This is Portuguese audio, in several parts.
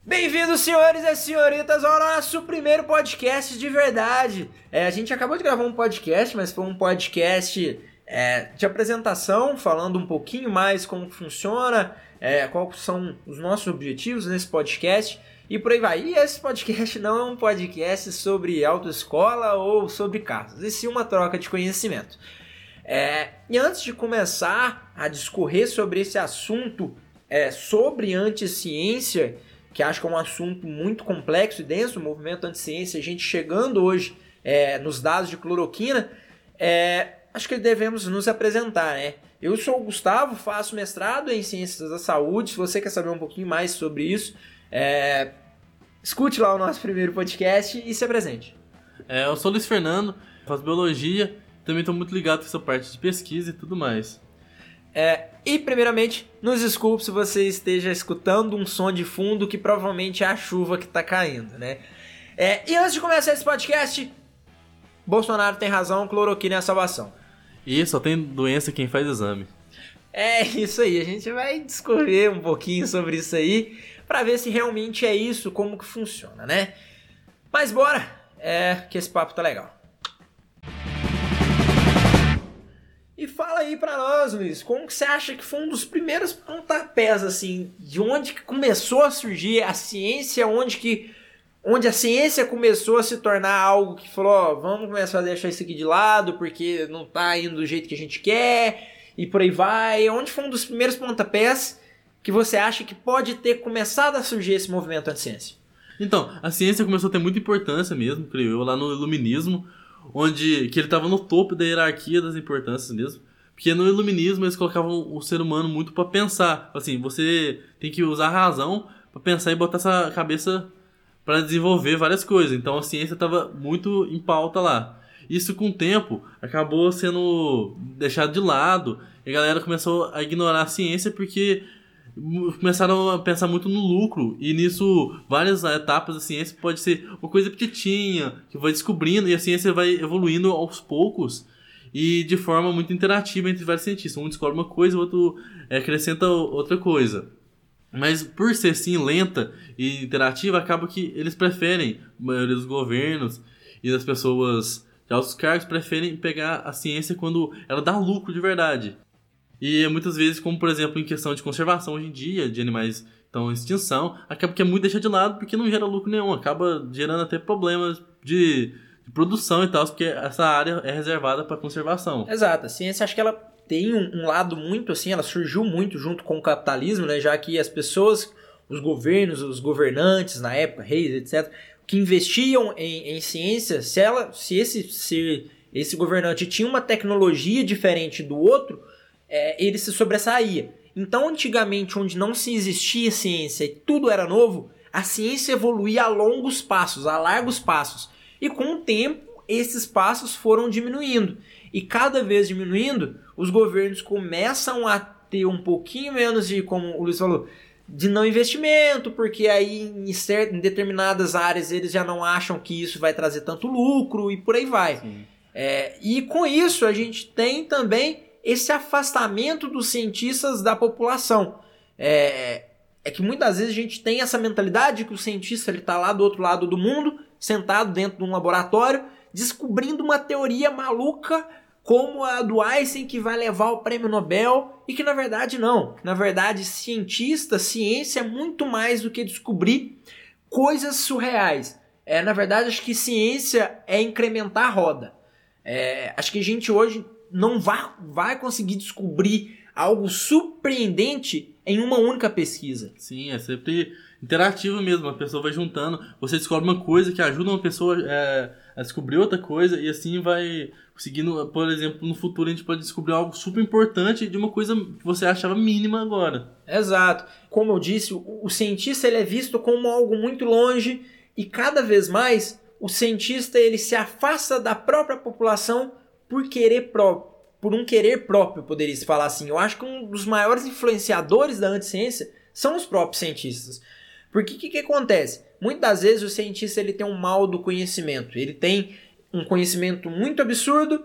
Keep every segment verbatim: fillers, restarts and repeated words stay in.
Bem-vindos, senhores e senhoritas, ao nosso primeiro podcast de verdade. É, a gente acabou de gravar um podcast, mas foi um podcast é, de apresentação, falando um pouquinho mais como funciona, é, quais são os nossos objetivos nesse podcast e por aí vai. E esse podcast não é um podcast sobre autoescola ou sobre carros, e sim uma troca de conhecimento. É, e antes de começar a discorrer sobre esse assunto, é, sobre anticiência, que acho que é um assunto muito complexo e denso, o movimento anti-ciência, a gente chegando hoje é, nos dados de cloroquina, é, acho que devemos nos apresentar, né? Eu sou o Gustavo, faço mestrado em Ciências da Saúde. Se você quer saber um pouquinho mais sobre isso, é, escute lá o nosso primeiro podcast e se apresente. É, eu sou o Luiz Fernando, faço Biologia, também estou muito ligado com essa parte de pesquisa e tudo mais. É, e primeiramente, nos desculpe se você esteja escutando um som de fundo que provavelmente é a chuva que está caindo, né? É, e antes de começar esse podcast, Bolsonaro tem razão, cloroquina é a salvação. E só tem doença quem faz exame. É isso aí, a gente vai discorrer um pouquinho sobre isso aí, para ver se realmente é isso, como que funciona, né? Mas bora, é que esse papo tá legal. E fala aí pra nós, Luiz, como que você acha que foi um dos primeiros pontapés, assim, de onde que começou a surgir a ciência, onde que, onde a ciência começou a se tornar algo que falou, ó, vamos começar a deixar isso aqui de lado, porque não tá indo do jeito que a gente quer, e por aí vai. Onde foi um dos primeiros pontapés que você acha que pode ter começado a surgir esse movimento anti-ciência? Então, a ciência começou a ter muita importância mesmo, creio eu, lá no Iluminismo, onde que ele estava no topo da hierarquia das importâncias mesmo, porque no Iluminismo eles colocavam o ser humano muito para pensar, assim, você tem que usar a razão para pensar e botar essa cabeça para desenvolver várias coisas, então a ciência estava muito em pauta lá. Isso com o tempo acabou sendo deixado de lado e a galera começou a ignorar a ciência porque começaram a pensar muito no lucro, e nisso várias etapas da ciência pode ser uma coisa petitinha, que vai descobrindo, e a ciência vai evoluindo aos poucos e de forma muito interativa entre vários cientistas. Um descobre uma coisa, o outro é, acrescenta outra coisa. Mas por ser assim lenta e interativa, acaba que eles preferem, a maioria dos governos e das pessoas de altos cargos preferem pegar a ciência quando ela dá lucro de verdade. E muitas vezes, como por exemplo em questão de conservação hoje em dia, de animais que estão em extinção, acaba que é muito deixado de lado porque não gera lucro nenhum, acaba gerando até problemas de, de produção e tal, porque essa área é reservada para conservação. Exato, a ciência acho que ela tem um, um lado muito assim, ela surgiu muito junto com o capitalismo, né, já que as pessoas, os governos, os governantes na época, reis, etcétera, que investiam em, em ciência, se, ela, se, esse, se esse governante tinha uma tecnologia diferente do outro, É, ele se sobressaía. Então, antigamente, onde não se existia ciência e tudo era novo, a ciência evoluía a longos passos, a largos passos. E com o tempo, esses passos foram diminuindo. E cada vez diminuindo, os governos começam a ter um pouquinho menos de, como o Luiz falou, de não investimento, porque aí em, certas, em determinadas áreas eles já não acham que isso vai trazer tanto lucro e por aí vai. É, e com isso a gente tem também esse afastamento dos cientistas da população. É, é que muitas vezes a gente tem essa mentalidade que o cientista está lá do outro lado do mundo, sentado dentro de um laboratório, descobrindo uma teoria maluca como a do Einstein que vai levar o prêmio Nobel, e que na verdade não. Na verdade, cientista, ciência é muito mais do que descobrir coisas surreais. É, na verdade, acho que ciência é incrementar a roda. É, acho que a gente hoje não vai, vai conseguir descobrir algo surpreendente em uma única pesquisa. Sim, é sempre interativo mesmo, a pessoa vai juntando, você descobre uma coisa que ajuda uma pessoa é, a descobrir outra coisa, e assim vai conseguindo, por exemplo, no futuro a gente pode descobrir algo super importante de uma coisa que você achava mínima agora. Exato. Como eu disse, o, o cientista ele é visto como algo muito longe, e cada vez mais o cientista ele se afasta da própria população por querer próprio, por um querer próprio, poderia se falar assim. Eu acho que um dos maiores influenciadores da anticiência são os próprios cientistas. Porque o que, que acontece? Muitas vezes o cientista ele tem um mal do conhecimento. Ele tem um conhecimento muito absurdo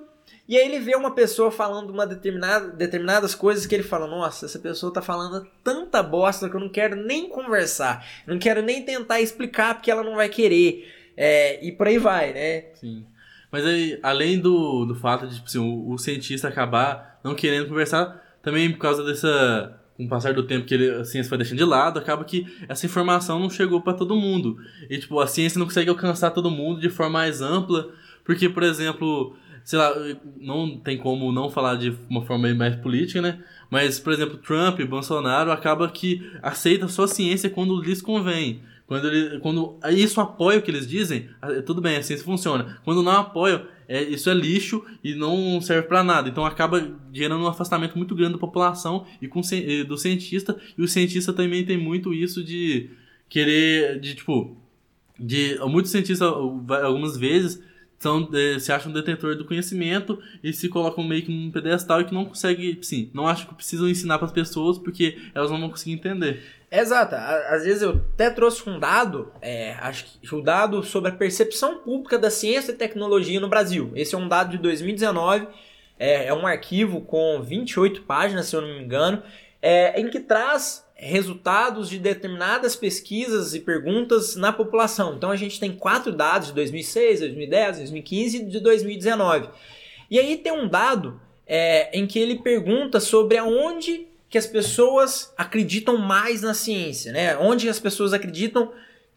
E aí ele vê uma pessoa falando uma determinada, determinadas coisas que ele fala, nossa, essa pessoa tá falando tanta bosta que eu não quero nem conversar, não quero nem tentar explicar porque ela não vai querer, é, e por aí vai, né? Sim. Mas aí, além do, do fato de tipo, assim, o, o cientista acabar não querendo conversar, também por causa dessa... com o passar do tempo que ele, a ciência foi deixando de lado, acaba que essa informação não chegou para todo mundo. E, tipo, a ciência não consegue alcançar todo mundo de forma mais ampla, porque, por exemplo, sei lá, não tem como não falar de uma forma mais política, né? Mas, por exemplo, Trump e Bolsonaro acaba que aceita só a ciência quando lhes convém. Quando, ele, quando isso apoia o que eles dizem, tudo bem, a ciência funciona. Quando não apoia, é, isso é lixo e não serve pra nada. Então acaba gerando um afastamento muito grande da população e com, do cientista. E o cientista também tem muito isso de querer, de tipo, de muitos cientistas algumas vezes são, se acham detentor do conhecimento e se colocam meio que num pedestal e que não conseguem, sim, não acham que precisam ensinar para as pessoas porque elas não vão conseguir entender. Exato, às vezes eu até trouxe um dado, é, acho que um dado sobre a percepção pública da ciência e tecnologia no Brasil. Esse é um dado de dois mil e dezenove, é, é um arquivo com vinte e oito páginas, se eu não me engano, é, em que traz resultados de determinadas pesquisas e perguntas na população. Então a gente tem quatro dados de dois mil e seis, dois mil e dez, dois mil e quinze e de dois mil e dezenove. E aí tem um dado é, em que ele pergunta sobre aonde que as pessoas acreditam mais na ciência, né? Onde as pessoas acreditam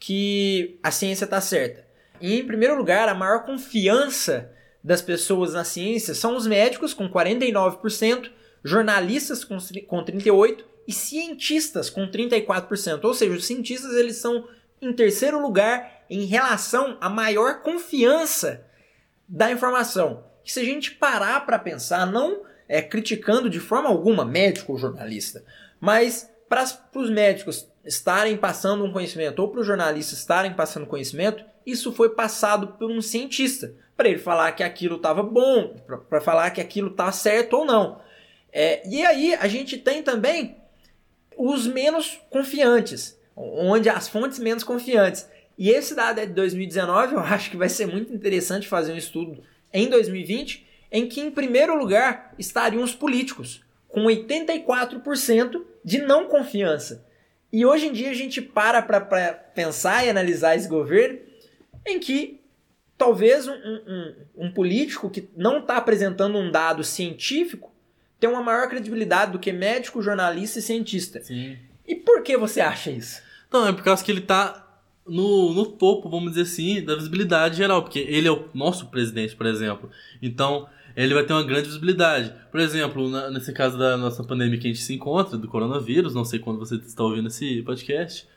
que a ciência está certa. E, em primeiro lugar, a maior confiança das pessoas na ciência são os médicos, com quarenta e nove por cento, jornalistas, com trinta e oito por cento, e cientistas, com trinta e quatro por cento. Ou seja, os cientistas eles são em terceiro lugar em relação à maior confiança da informação. E se a gente parar para pensar, não é, criticando de forma alguma médico ou jornalista, mas para os médicos estarem passando um conhecimento ou para os jornalistas estarem passando conhecimento, isso foi passado por um cientista, para ele falar que aquilo estava bom, para falar que aquilo está certo ou não. É, e aí a gente tem também os menos confiantes, onde as fontes menos confiantes. E esse dado é de dois mil e dezenove, eu acho que vai ser muito interessante fazer um estudo em dois mil e vinte, em que em primeiro lugar estariam os políticos, com oitenta e quatro por cento de não confiança. E hoje em dia a gente para para pensar e analisar esse governo, em que talvez um, um, um político que não está apresentando um dado científico tem uma maior credibilidade do que médico, jornalista e cientista. Sim. E por que você acha isso? Não, é por causa que ele tá no, no topo, vamos dizer assim, da visibilidade geral. Porque ele é o nosso presidente, por exemplo. Então, ele vai ter uma grande visibilidade. Por exemplo, na, nesse caso da nossa pandemia que a gente se encontra, do coronavírus, não sei quando você está ouvindo esse podcast,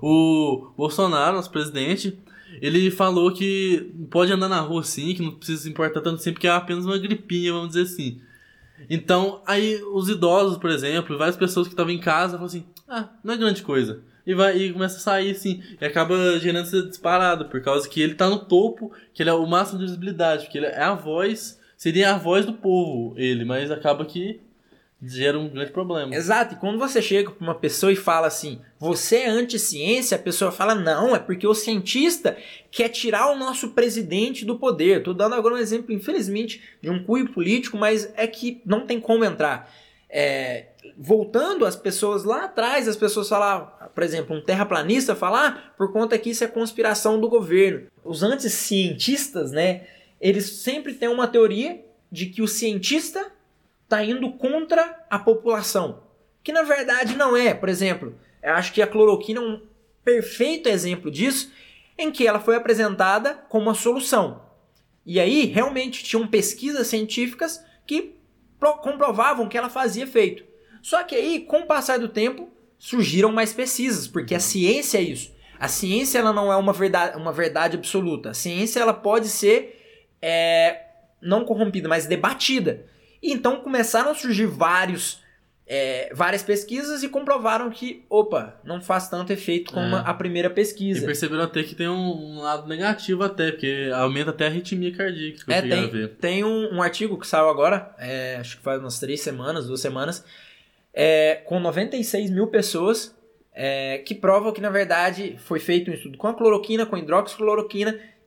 o Bolsonaro, nosso presidente, ele falou que pode andar na rua sim, que não precisa se importar tanto assim, porque é apenas uma gripinha, vamos dizer assim. Então, aí os idosos, por exemplo, várias pessoas que estavam em casa falam assim, ah, não é grande coisa. E, vai, e começa a sair assim, e acaba gerando essa disparada, por causa que ele tá no topo, que ele é o máximo de visibilidade, porque ele é a voz, seria a voz do povo, ele, mas acaba que gera um grande problema. Exato, e quando você chega para uma pessoa e fala assim, você é anti-ciência, a pessoa fala, não, é porque o cientista quer tirar o nosso presidente do poder. Estou dando agora um exemplo, infelizmente, de um cunho político, mas é que não tem como entrar. É, voltando às pessoas lá atrás, as pessoas falam, por exemplo, um terraplanista falar, ah, por conta que isso é conspiração do governo. Os anti-cientistas, né, eles sempre têm uma teoria de que o cientista está indo contra a população, que na verdade não é. Por exemplo, eu acho que a cloroquina é um perfeito exemplo disso, em que ela foi apresentada como uma solução. E aí, realmente, tinham pesquisas científicas que comprovavam que ela fazia efeito. Só que aí, com o passar do tempo, surgiram mais pesquisas, porque a ciência é isso. A ciência ela não é uma verdade, uma verdade absoluta. A ciência ela pode ser é, não corrompida, mas debatida. E então começaram a surgir vários, é, várias pesquisas e comprovaram que, opa, não faz tanto efeito como é. a primeira pesquisa. E perceberam até que tem um, um lado negativo até, porque aumenta até a arritmia cardíaca, que eu é, cheguei tem, a ver. Tem um, um artigo que saiu agora, é, acho que faz umas três semanas, duas semanas, é, com noventa e seis mil pessoas, é, que provam que, na verdade, foi feito um estudo com a cloroquina, com a hidroxicloroquina,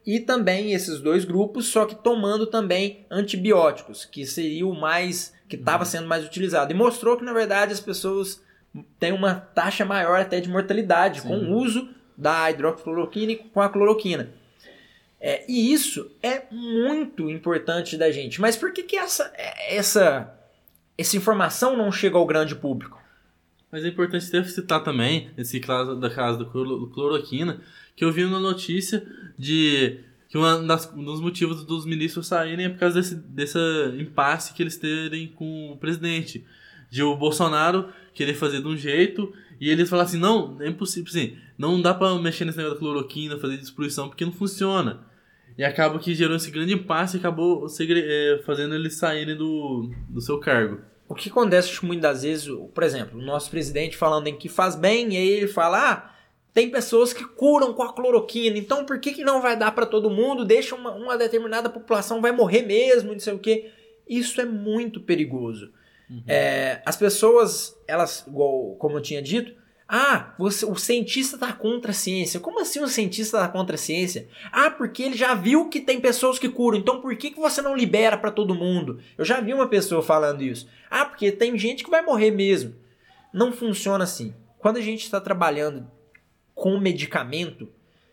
e também esses dois grupos, só que tomando também antibióticos, que seria o mais, que estava sendo mais utilizado. E mostrou que, na verdade, as pessoas têm uma taxa maior até de mortalidade Sim. com o uso da hidroxicloroquina e com a cloroquina. É, e isso é muito importante da gente. Mas por que, que essa, essa, essa informação não chega ao grande público? Mas é importante até citar também, esse caso da casa da cloroquina, que eu vi uma notícia de que uma das, um dos motivos dos ministros saírem é por causa desse, desse impasse que eles terem com o presidente. De o Bolsonaro querer fazer de um jeito e eles falam assim, não, é impossível, assim, não dá pra mexer nesse negócio da cloroquina, fazer destruição, porque não funciona. E acaba que gerou esse grande impasse e acabou segre- é, fazendo eles saírem do, do seu cargo. O que acontece muitas das vezes, por exemplo, o nosso presidente falando em que faz bem, e aí ele fala, ah, tem pessoas que curam com a cloroquina, então por que, que não vai dar para todo mundo, deixa uma, uma determinada população, vai morrer mesmo, não sei o quê. Isso é muito perigoso. Uhum. É, as pessoas, elas, igual, como eu tinha dito, ah, você, o cientista está contra a ciência. Como assim o cientista está contra a ciência? Ah, porque ele já viu que tem pessoas que curam, então por que, que você não libera para todo mundo? Eu já vi uma pessoa falando isso. Ah, porque tem gente que vai morrer mesmo. Não funciona assim. Quando a gente está trabalhando com medicamento,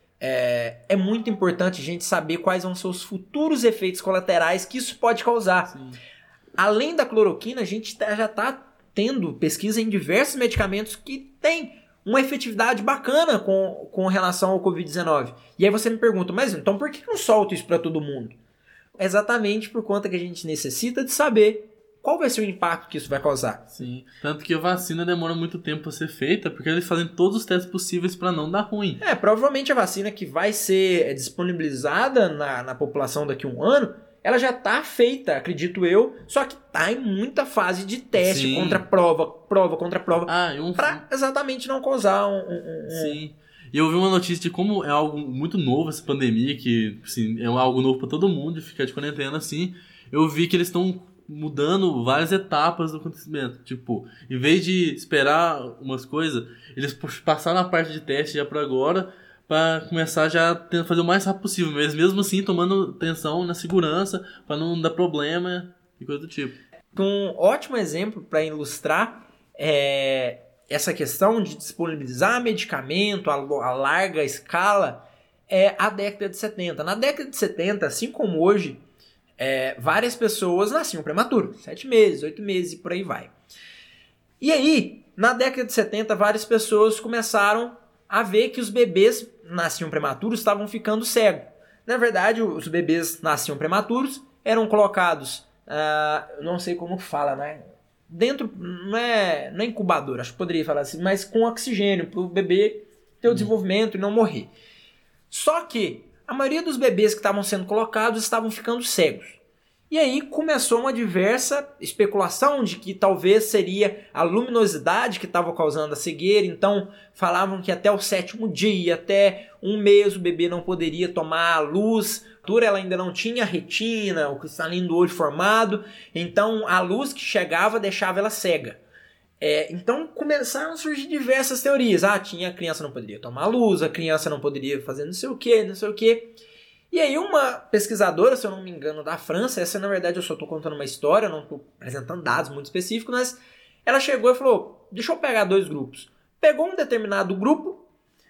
é, é muito importante a gente saber quais vão ser os futuros efeitos colaterais que isso pode causar. Sim. Além da cloroquina, a gente tá, já está tendo pesquisa em diversos medicamentos que têm uma efetividade bacana com, com relação ao covid dezenove. E aí você me pergunta, mas então por que não solta isso para todo mundo? Exatamente por conta que a gente necessita de saber qual vai ser o impacto que isso vai causar. Sim, tanto que a vacina demora muito tempo para ser feita, porque eles fazem todos os testes possíveis para não dar ruim. É, provavelmente a vacina que vai ser disponibilizada na, na população daqui a um ano, ela já está feita, acredito eu, só que está em muita fase de teste Sim. contra prova, prova contra prova, ah, um... para exatamente não causar um, um, um... Sim. E eu vi uma notícia de como é algo muito novo essa pandemia, que assim, é algo novo para todo mundo, ficar de quarentena assim. Eu vi que eles estão mudando várias etapas do acontecimento. Tipo, em vez de esperar umas coisas, eles passaram a parte de teste já para agora, para começar já a fazer o mais rápido possível, mas mesmo assim tomando atenção na segurança, para não dar problema e coisa do tipo. Um ótimo exemplo para ilustrar é, essa questão de disponibilizar medicamento a, a larga escala é a década de setenta. Na década de setenta, assim como hoje, é, várias pessoas nasciam prematuras, sete meses, oito meses e por aí vai. E aí, na década de setenta, várias pessoas começaram a ver que os bebês nasciam prematuros estavam ficando cegos. Na verdade, os bebês nasciam prematuros, eram colocados, uh, não sei como fala, né? Dentro, não é, não é incubador, acho que poderia falar assim, mas com oxigênio, para o bebê ter o desenvolvimento e não morrer. Só que a maioria dos bebês que estavam sendo colocados estavam ficando cegos. E aí começou uma diversa especulação de que talvez seria a luminosidade que estava causando a cegueira. Então falavam que até o sétimo dia, até um mês, o bebê não poderia tomar a luz. Ela ainda não tinha retina, o cristalinho do olho formado. Então a luz que chegava deixava ela cega. É, então começaram a surgir diversas teorias. Ah, tinha, a criança não poderia tomar luz, a criança não poderia fazer não sei o que, não sei o que. E aí uma pesquisadora, se eu não me engano, da França, essa na verdade eu só estou contando uma história, não estou apresentando dados muito específicos, mas ela chegou e falou, deixa eu pegar dois grupos. Pegou um determinado grupo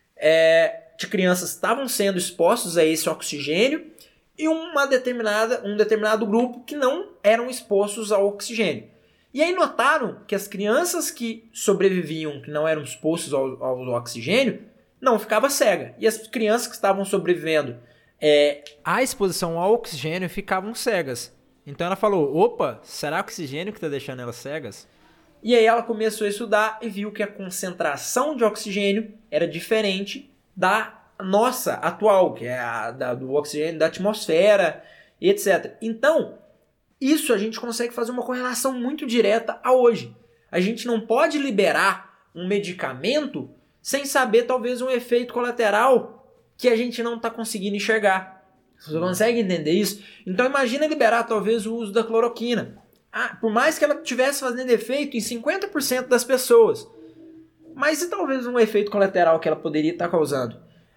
é, de crianças que estavam sendo expostos a esse oxigênio e uma determinada, um determinado grupo que não eram expostos ao oxigênio. E aí notaram que as crianças que sobreviviam, que não eram expostas ao, ao oxigênio, não ficavam cegas. E as crianças que estavam sobrevivendo É, a exposição ao oxigênio ficavam cegas. Então ela falou, opa, será o oxigênio que está deixando elas cegas? E aí ela começou a estudar e viu que a concentração de oxigênio era diferente da nossa atual, que é a da, do oxigênio da atmosfera, etcétera. Então, isso a gente consegue fazer uma correlação muito direta a hoje. A gente não pode liberar um medicamento sem saber talvez um efeito colateral que a gente não está conseguindo enxergar. Você consegue entender isso? Então imagina liberar talvez o uso da cloroquina. Ah, por mais que ela estivesse fazendo efeito em cinquenta por cento das pessoas. Mas e talvez um efeito colateral que ela poderia estar causando?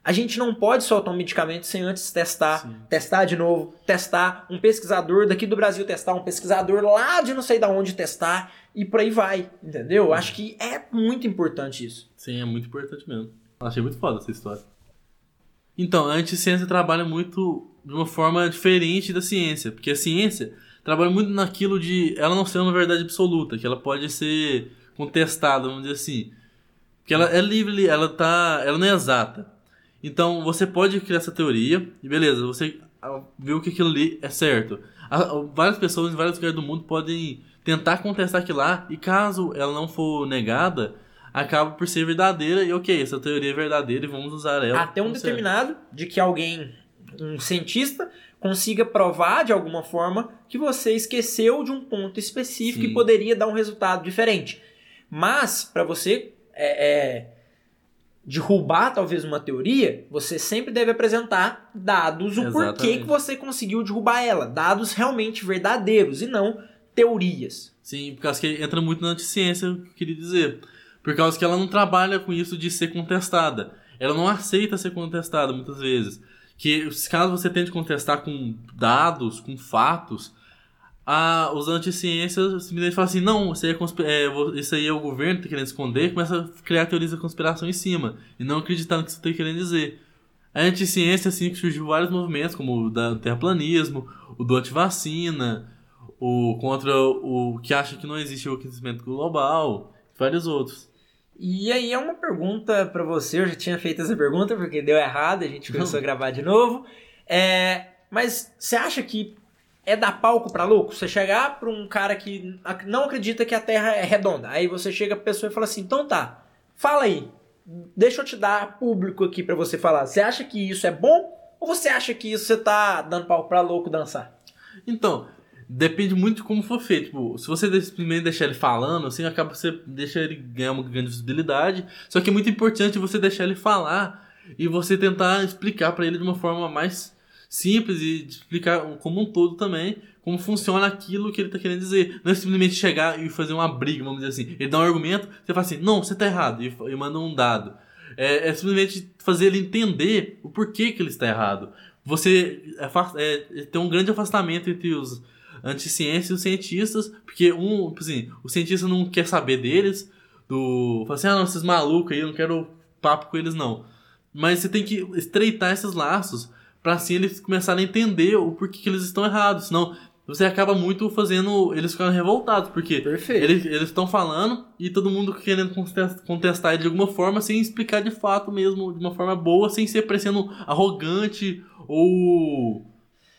A gente não pode soltar um medicamento sem antes testar, Sim. testar de novo, testar, um pesquisador daqui do Brasil testar, um pesquisador lá de não sei de onde testar, e por aí vai, entendeu? Acho que é muito importante isso. Sim, é muito importante mesmo. Achei muito foda essa história. Então, a anticiência trabalha muito de uma forma diferente da ciência, porque a ciência trabalha muito naquilo de ela não ser uma verdade absoluta, que ela pode ser contestada, vamos dizer assim. Porque ela é livre, ela, tá, ela não é exata. Então, você pode criar essa teoria, e beleza, você viu que aquilo ali é certo. Várias pessoas em vários lugares do mundo podem tentar contestar aquilo lá, e caso ela não for negada, acaba por ser verdadeira, e ok, essa teoria é verdadeira e vamos usar ela. Até um determinado certo. De que alguém, um cientista, consiga provar de alguma forma que você esqueceu de um ponto específico Sim. que poderia dar um resultado diferente. Mas, para você é, é, derrubar talvez uma teoria, você sempre deve apresentar dados, o Exatamente. Porquê que você conseguiu derrubar ela. Dados realmente verdadeiros e não teorias. Sim, por causa que entra muito na anticiência, eu queria dizer. Por causa que ela não trabalha com isso de ser contestada. Ela não aceita ser contestada muitas vezes. Que caso você tente contestar com dados, com fatos, a, os anticiências simplesmente falam assim, não, isso aí é, consp- é, isso aí é o governo que está querendo esconder, começa a criar teorias da conspiração em cima, e não acreditar no que você está querendo dizer. A anticiência, assim, que surgiu vários movimentos, como o do terraplanismo, o do antivacina, o contra o que acha que não existe o aquecimento global, vários outros. E aí é uma pergunta pra você, eu já tinha feito essa pergunta porque deu errado, a gente começou a gravar de novo. É, mas você acha que é dar palco pra louco? Você chegar pra um cara que não acredita que a Terra é redonda, aí você chega pra pessoa e fala assim, então tá, fala aí, deixa eu te dar público aqui pra você falar. Você acha que isso é bom ou você acha que isso você tá dando palco pra louco dançar? Então... Depende muito de como for feito. Tipo, se você simplesmente deixar ele falando, assim, acaba você deixar ele ganhar uma grande visibilidade. Só que é muito importante você deixar ele falar e você tentar explicar para ele de uma forma mais simples e explicar como um todo também como funciona aquilo que ele tá querendo dizer. Não é simplesmente chegar e fazer uma briga, vamos dizer assim. Ele dá um argumento, você fala assim, não, você tá errado, e, e manda um dado. É, é simplesmente fazer ele entender o porquê que ele está errado. Você é, é, tem um grande afastamento entre os anticiência e os cientistas, porque um, assim, o cientista não quer saber deles, do, fala assim, ah não, esses malucos aí, eu não quero papo com eles não. Mas você tem que estreitar esses laços, para assim eles começarem a entender o porquê que eles estão errados, senão você acaba muito fazendo eles ficarem revoltados, porque Perfeito. eles eles estão falando e todo mundo querendo contestar ele de alguma forma, sem explicar de fato mesmo, de uma forma boa, sem ser parecendo arrogante ou...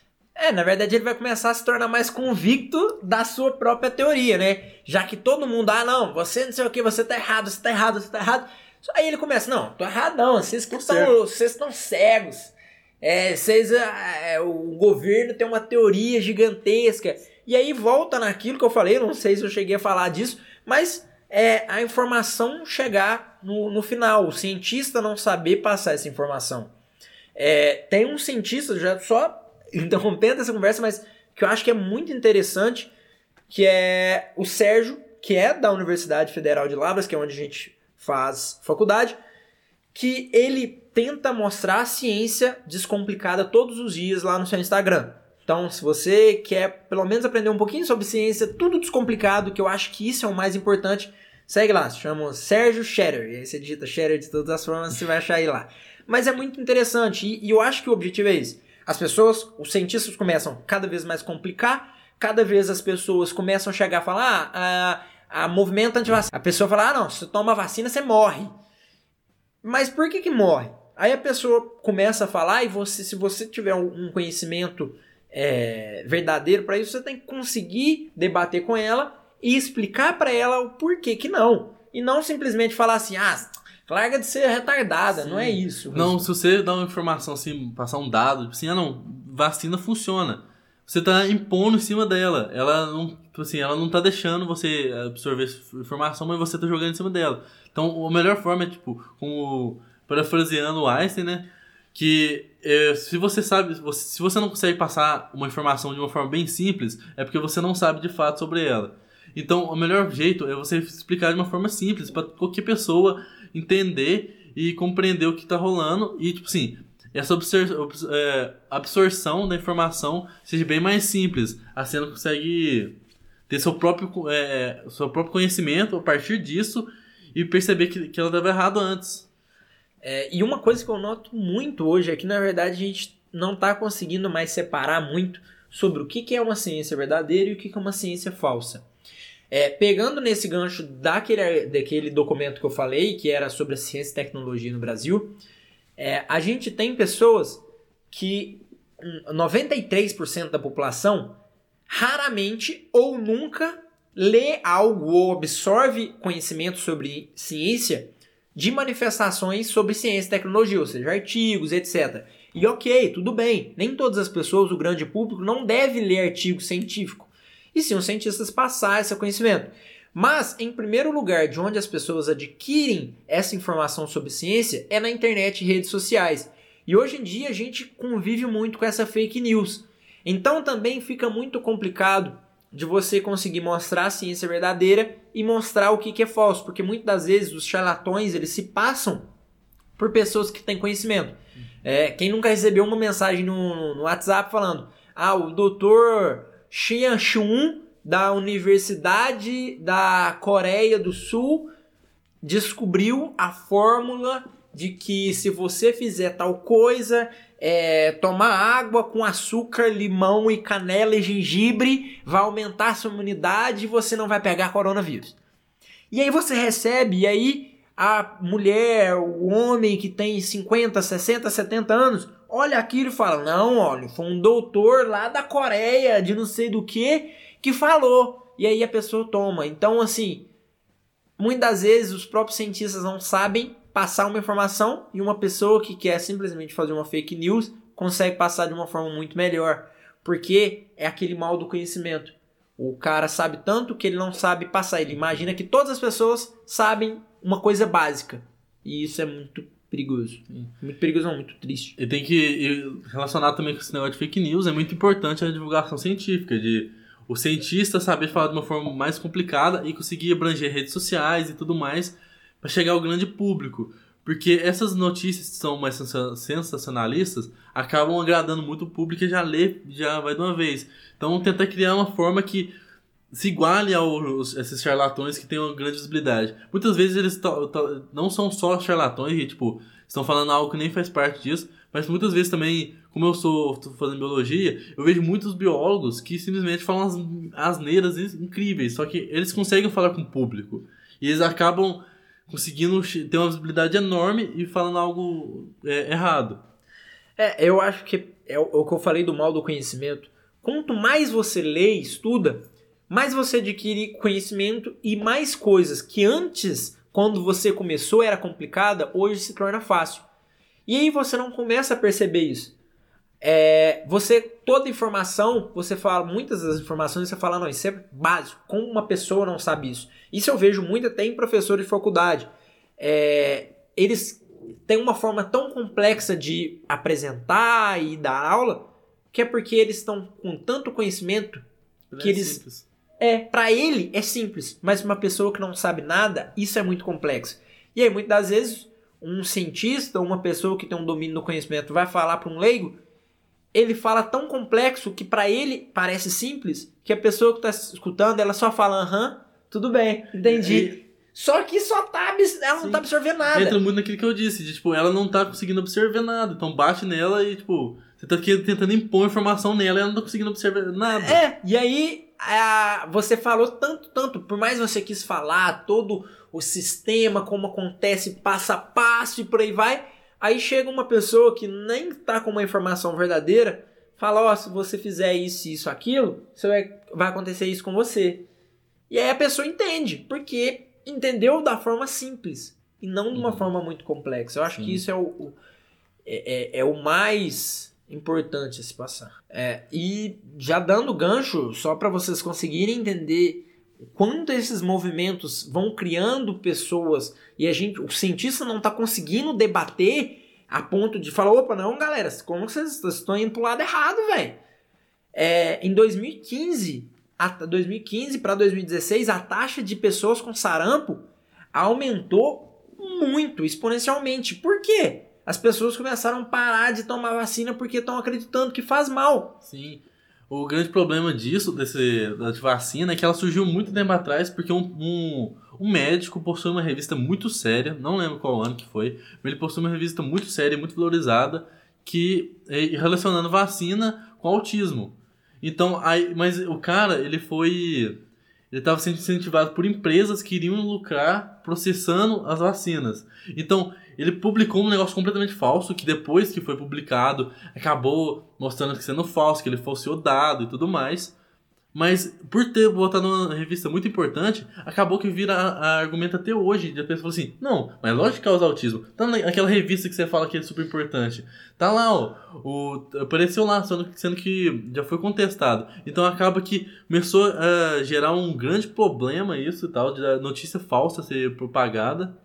É, na verdade ele vai começar a se tornar mais convicto da sua própria teoria, né? Já que todo mundo, ah não, você não sei o que, você tá errado, você tá errado, você tá errado. Aí ele começa, não, tô errado não, vocês que estão, vocês estão cegos. É, vocês, é, o governo tem uma teoria gigantesca. E aí volta naquilo que eu falei, não sei se eu cheguei a falar disso, mas é a informação chegar no, no final, o cientista não saber passar essa informação. É, tem um cientista, já só... interrompendo essa conversa, mas que eu acho que é muito interessante, que é o Sérgio, que é da Universidade Federal de Lavras, que é onde a gente faz faculdade, que ele tenta mostrar a ciência descomplicada todos os dias lá no seu Instagram. Então, se você quer pelo menos aprender um pouquinho sobre ciência, tudo descomplicado, que eu acho que isso é o mais importante, segue lá, se chama Sérgio Scherer, e aí você digita Scherer de todas as formas, você vai achar ele lá. Mas é muito interessante, e, e eu acho que o objetivo é esse. As pessoas, os cientistas começam cada vez mais complicar, cada vez as pessoas começam a chegar a falar, ah, a, a movimento antivacina. A pessoa fala, ah não, se você toma vacina você morre. Mas por que que morre? Aí a pessoa começa a falar e você, se você tiver um conhecimento é, verdadeiro para isso, você tem que conseguir debater com ela e explicar para ela o porquê que não. E não simplesmente falar assim, ah... larga de ser retardada, Sim. não é isso. Não, se você dá uma informação assim, passar um dado, tipo assim, ah não, vacina funciona. Você tá impondo em cima dela. Ela não, tipo assim, ela não tá deixando você absorver essa informação, mas você tá jogando em cima dela. Então, a melhor forma é, tipo, como parafraseando o Einstein, né? Que é, se você sabe, se você não consegue passar uma informação de uma forma bem simples, é porque você não sabe de fato sobre ela. Então, o melhor jeito é você explicar de uma forma simples para qualquer pessoa entender e compreender o que tá rolando e, tipo assim, essa absor- é, absorção da informação seja bem mais simples. Assim ela consegue ter seu próprio, é, seu próprio conhecimento a partir disso e perceber que, que ela estava errado antes. É, e uma coisa que eu noto muito hoje é que, na verdade, a gente não está conseguindo mais separar muito sobre o que, que é uma ciência verdadeira e o que, que é uma ciência falsa. É, pegando nesse gancho daquele, daquele documento que eu falei, que era sobre a ciência e tecnologia no Brasil, é, a gente tem pessoas que noventa e três por cento da população raramente ou nunca lê algo ou absorve conhecimento sobre ciência de manifestações sobre ciência e tecnologia, ou seja, artigos, etcétera. E ok, tudo bem, nem todas as pessoas, o grande público, não deve ler artigo científico. E sim, os cientistas passar esse conhecimento. Mas, em primeiro lugar, de onde as pessoas adquirem essa informação sobre ciência é na internet e redes sociais. E hoje em dia a gente convive muito com essa fake news. Então também fica muito complicado de você conseguir mostrar a ciência verdadeira e mostrar o que, que é falso. Porque muitas das vezes os charlatões eles se passam por pessoas que têm conhecimento. É, quem nunca recebeu uma mensagem no, no WhatsApp falando: ah, o doutor Xian Chun da Universidade da Coreia do Sul descobriu a fórmula de que se você fizer tal coisa, é, tomar água com açúcar, limão e canela e gengibre, vai aumentar a sua imunidade e você não vai pegar coronavírus. E aí você recebe, e aí a mulher, o homem que tem cinquenta, sessenta, setenta anos, olha aquilo e fala: não, olha, foi um doutor lá da Coreia, de não sei do que, que falou. E aí a pessoa toma. Então, assim, muitas vezes os próprios cientistas não sabem passar uma informação e uma pessoa que quer simplesmente fazer uma fake news consegue passar de uma forma muito melhor. Porque é aquele mal do conhecimento. O cara sabe tanto que ele não sabe passar. Ele imagina que todas as pessoas sabem uma coisa básica. E isso é muito perigoso. Muito perigoso, não, muito triste. E tem que relacionar também com esse negócio de fake news. É muito importante a divulgação científica, de o cientista saber falar de uma forma mais complicada e conseguir abranger redes sociais e tudo mais para chegar ao grande público. Porque essas notícias que são mais sensacionalistas acabam agradando muito o público e já lê, já vai de uma vez. Então tentar criar uma forma que se iguale a esses charlatões que têm uma grande visibilidade. Muitas vezes eles não são só charlatões e tipo, estão falando algo que nem faz parte disso, mas muitas vezes também, como eu sou tô fazendo biologia, eu vejo muitos biólogos que simplesmente falam as asneiras incríveis, só que eles conseguem falar com o público. E eles acabam conseguindo ter uma visibilidade enorme e falando algo é, errado. É, eu acho que é o que eu falei do mal do conhecimento. Quanto mais você lê e estuda, mais você adquire conhecimento e mais coisas que antes, quando você começou, era complicada, hoje se torna fácil. E aí você não começa a perceber isso. É, você, toda informação, você fala, muitas das informações você fala, não, isso é básico, como uma pessoa não sabe isso? Isso eu vejo muito até em professores de faculdade. É, eles têm uma forma tão complexa de apresentar e dar aula, que é porque eles estão com tanto conhecimento que é eles... Simples. É, pra ele é simples, mas pra uma pessoa que não sabe nada, isso é muito complexo. E aí, muitas das vezes, um cientista ou uma pessoa que tem um domínio do conhecimento vai falar para um leigo, ele fala tão complexo que pra ele parece simples, que a pessoa que tá escutando, ela só fala, aham, tudo bem, entendi. E... Só que só tá, ela Sim. não tá absorvendo nada. Entra muito naquilo que eu disse, de, tipo, ela não tá conseguindo absorver nada, então bate nela e, tipo, você tá aqui tentando impor informação nela e ela não tá conseguindo absorver nada. É, e aí... Ah, você falou tanto, tanto, por mais você quis falar todo o sistema, como acontece passo a passo e por aí vai, aí chega uma pessoa que nem tá com uma informação verdadeira, fala, ó, oh, se você fizer isso, isso, aquilo, você vai, vai acontecer isso com você. E aí a pessoa entende, porque entendeu da forma simples e não de uma uhum. forma muito complexa. Eu acho Sim. que isso é o, o, é, é, é o mais... importante a se passar. É, e já dando gancho, só para vocês conseguirem entender quanto esses movimentos vão criando pessoas e a gente, o cientista não está conseguindo debater a ponto de falar, opa, não, galera, como vocês estão indo pro lado errado, velho? É, em dois mil e quinze, a, dois mil e quinze para dois mil e dezesseis, a taxa de pessoas com sarampo aumentou muito, exponencialmente. Por quê? As pessoas começaram a parar de tomar vacina porque estão acreditando que faz mal. Sim. O grande problema disso, desse, da vacina, é que ela surgiu muito tempo atrás porque um, um, um médico possui uma revista muito séria, não lembro qual ano que foi, mas ele possui uma revista muito séria, muito valorizada, que relacionando vacina com autismo. Então, aí, mas o cara, ele foi... Ele estava sendo incentivado por empresas que iriam lucrar processando as vacinas. Então, ele publicou um negócio completamente falso, que depois que foi publicado, acabou mostrando que sendo falso, que ele falseou dado e tudo mais. Mas, por ter botado numa revista muito importante, acabou que vira a, a argumento até hoje. E a pessoa falou assim, não, mas lógico que causa autismo. Tá naquela revista que você fala que é super importante. Tá lá, ó, o, apareceu lá, sendo que já foi contestado. Então acaba que começou a gerar um grande problema isso e tal, de notícia falsa ser propagada.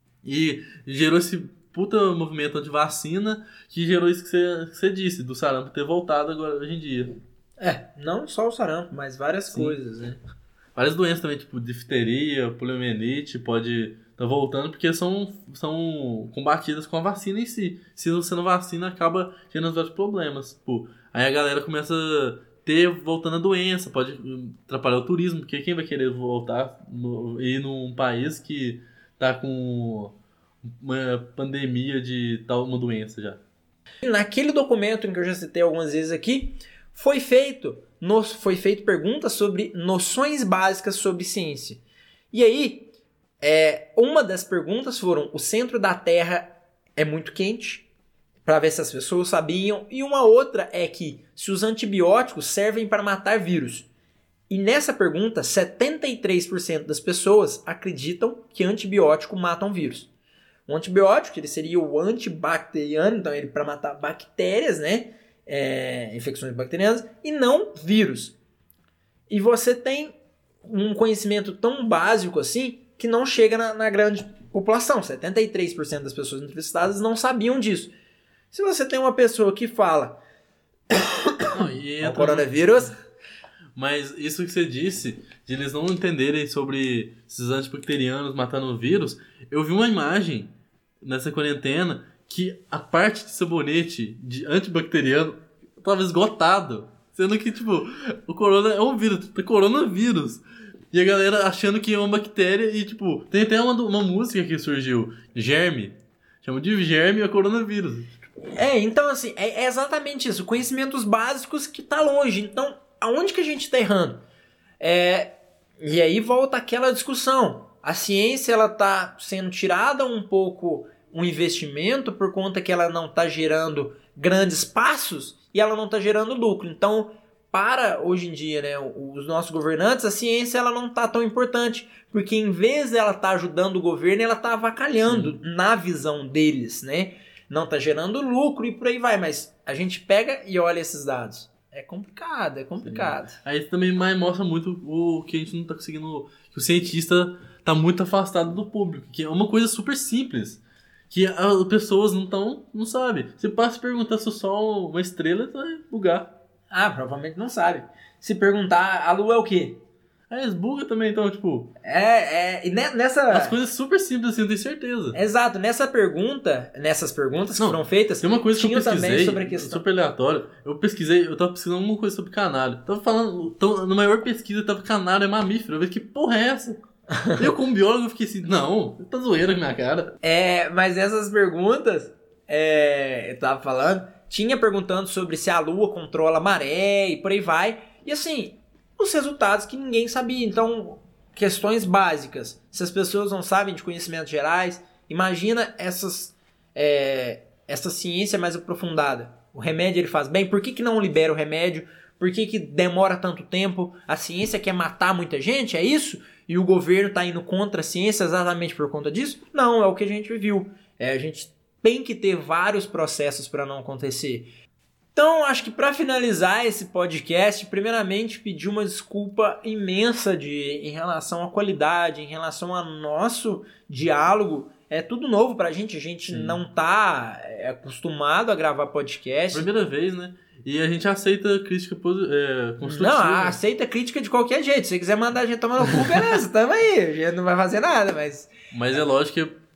E gerou esse puta movimento anti-vacina que gerou isso que você, que você disse, do sarampo ter voltado agora hoje em dia. É, não só o sarampo, mas várias Sim. coisas, né? Várias doenças também, tipo difteria, poliomielite, pode tá voltando porque são, são combatidas com a vacina em si. Se você não vacina, acaba gerando vários problemas. Tipo, aí a galera começa a ter, voltando a doença, pode atrapalhar o turismo, porque quem vai querer voltar no, ir num país que tá com uma pandemia de tal uma doença já? Naquele documento em que eu já citei algumas vezes aqui, Foi feito, no, foi feito perguntas sobre noções básicas sobre ciência. E aí, é, uma das perguntas foram: o centro da Terra é muito quente? Para ver se as pessoas sabiam. E uma outra é que se os antibióticos servem para matar vírus. E nessa pergunta, setenta e três por cento das pessoas acreditam que antibiótico matam vírus. O antibiótico, ele seria o antibacteriano, então ele para matar bactérias, né? É, infecções bacterianas, e não vírus. E você tem um conhecimento tão básico assim que não chega na, na grande população. setenta e três por cento das pessoas entrevistadas não sabiam disso. Se você tem uma pessoa que fala não, e entra... o coronavírus... Mas isso que você disse, de eles não entenderem sobre esses antibacterianos matando o vírus, eu vi uma imagem nessa quarentena que a parte de sabonete de antibacteriano estava esgotado. Sendo que, tipo, o corona é um vírus, é coronavírus. E a galera achando que é uma bactéria e, tipo, tem até uma, uma música que surgiu, Germe. Chama de Germe a coronavírus. É, então, assim, é, é exatamente isso. Conhecimentos básicos que tá longe. Então, aonde que a gente tá errando? É, e aí volta aquela discussão. A ciência, ela tá sendo tirada um pouco... um investimento por conta que ela não está gerando grandes passos e ela não está gerando lucro. Então, para hoje em dia, né, os nossos governantes, a ciência ela não está tão importante, porque em vez dela estar tá ajudando o governo, ela está avacalhando Sim. na visão deles, né? Não está gerando lucro e por aí vai, mas a gente pega e olha esses dados. É complicado, é complicado. Sim. Aí também mais mostra muito o que a gente não está conseguindo, que o cientista está muito afastado do público, que é uma coisa super simples. Que as pessoas não estão, não sabem. Você passa a perguntar se o Sol é uma estrela, você vai bugar. Ah, provavelmente não sabe. Se perguntar, a Lua é o quê? Ah, eles bugam também, então, tipo... É, é, e nessa... As coisas super simples assim, eu tenho certeza. Exato, nessa pergunta, nessas perguntas que não, foram feitas, tem uma coisa que eu pesquisei, também sobre a questão. super aleatória. Eu pesquisei, eu tava pesquisando uma coisa sobre canário. Tava falando, tava, na maior pesquisa, tava canário é mamífero. Eu falei, que porra é essa? Eu, como biólogo, fiquei assim, não, tá zoeira com minha cara. É, mas essas perguntas, é, eu tava falando, tinha perguntando sobre se a Lua controla a maré e por aí vai. E assim, os resultados que ninguém sabia. Então, questões básicas. Se as pessoas não sabem de conhecimentos gerais, imagina essas, é, essa ciência mais aprofundada. O remédio ele faz bem, por que que não libera o remédio? Por que que demora tanto tempo? A ciência quer matar muita gente, é isso? E o governo está indo contra a ciência exatamente por conta disso? Não, é o que a gente viu. É, a gente tem que ter vários processos para não acontecer. Então, acho que para finalizar esse podcast, primeiramente pedir uma desculpa imensa de, em relação à qualidade, em relação ao nosso diálogo. É tudo novo para a gente, a gente Sim. não está é, acostumado a gravar podcast. Primeira vez, né? E a gente aceita crítica é, construtiva. Não, aceita crítica de qualquer jeito. Se você quiser mandar a gente tomar no cu, beleza, tamo aí. A gente não vai fazer nada, mas... Mas é lógico que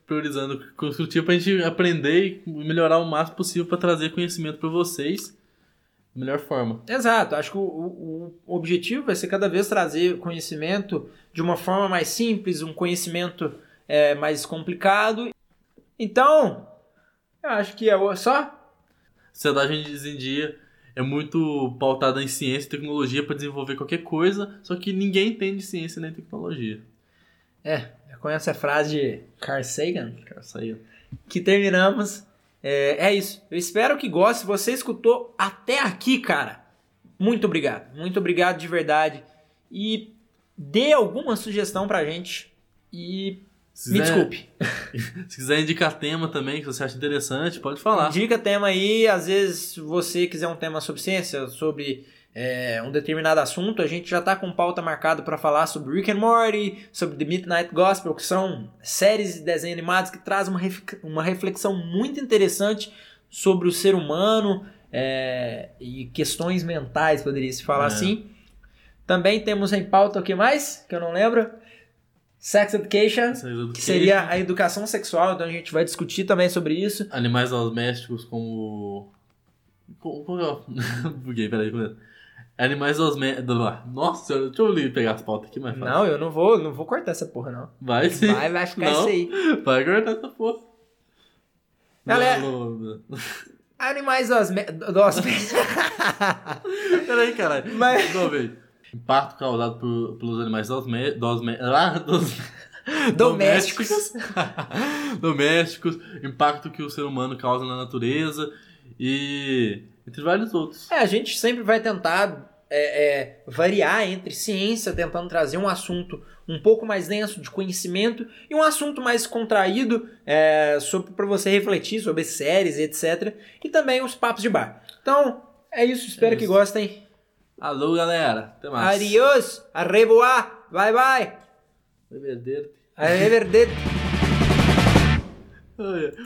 priorizando construtivo pra gente aprender e melhorar o máximo possível pra trazer conhecimento pra vocês da melhor forma. Exato, acho que o, o, o objetivo vai ser cada vez trazer conhecimento de uma forma mais simples, um conhecimento é, mais complicado. Então, eu acho que é só. A sociedade hoje em dia é muito pautada em ciência e tecnologia para desenvolver qualquer coisa, só que ninguém entende ciência nem tecnologia. É, com essa frase de Carl Sagan, Carl Sagan. que terminamos. É, é isso. Eu espero que goste. Se você escutou até aqui, cara, muito obrigado. Muito obrigado de verdade. E dê alguma sugestão pra gente. E Se me quiser- desculpe. Se quiser indicar tema também que você acha interessante, pode falar. Indica tema aí. Às vezes, se você quiser um tema sobre ciência, sobre é, um determinado assunto, a gente já tá com pauta marcada pra falar sobre Rick and Morty, sobre The Midnight Gospel, que são séries de desenhos animados que trazem uma, ref- uma reflexão muito interessante sobre o ser humano é, e questões mentais, poderia se falar É. assim. Também temos em pauta o que mais? Que eu não lembro. Sex Education, Sex Education. que seria a educação sexual, então a gente vai discutir também sobre isso. Animais domésticos como... Como como é o... Buguei, peraí. como é? Animais domésticos... Nossa senhora, deixa eu li- pegar as pautas aqui mais fácil. Não, eu não vou, não vou cortar essa porra, não. Vai sim. Vai, vai ficar Não, isso aí. Vai cortar essa porra. Galera- Não, não, não. Animais osme... dos... Peraí, caralho. Mas- Não, velho. Impacto causado por, pelos animais dosme... dosme... Ah, dos... Domésticos. Domésticos. Impacto que o ser humano causa na natureza. E... entre vários outros. É, a gente sempre vai tentar é, é, variar entre ciência, tentando trazer um assunto um pouco mais denso de conhecimento e um assunto mais contraído é, para você refletir sobre séries, etcétera. E também os papos de bar. Então, é isso. Espero É que isso. gostem. Alô, galera. Até mais. Adiós. Arreboar. Bye, bye. Arrivederci. Arrivederci. Ai, ai.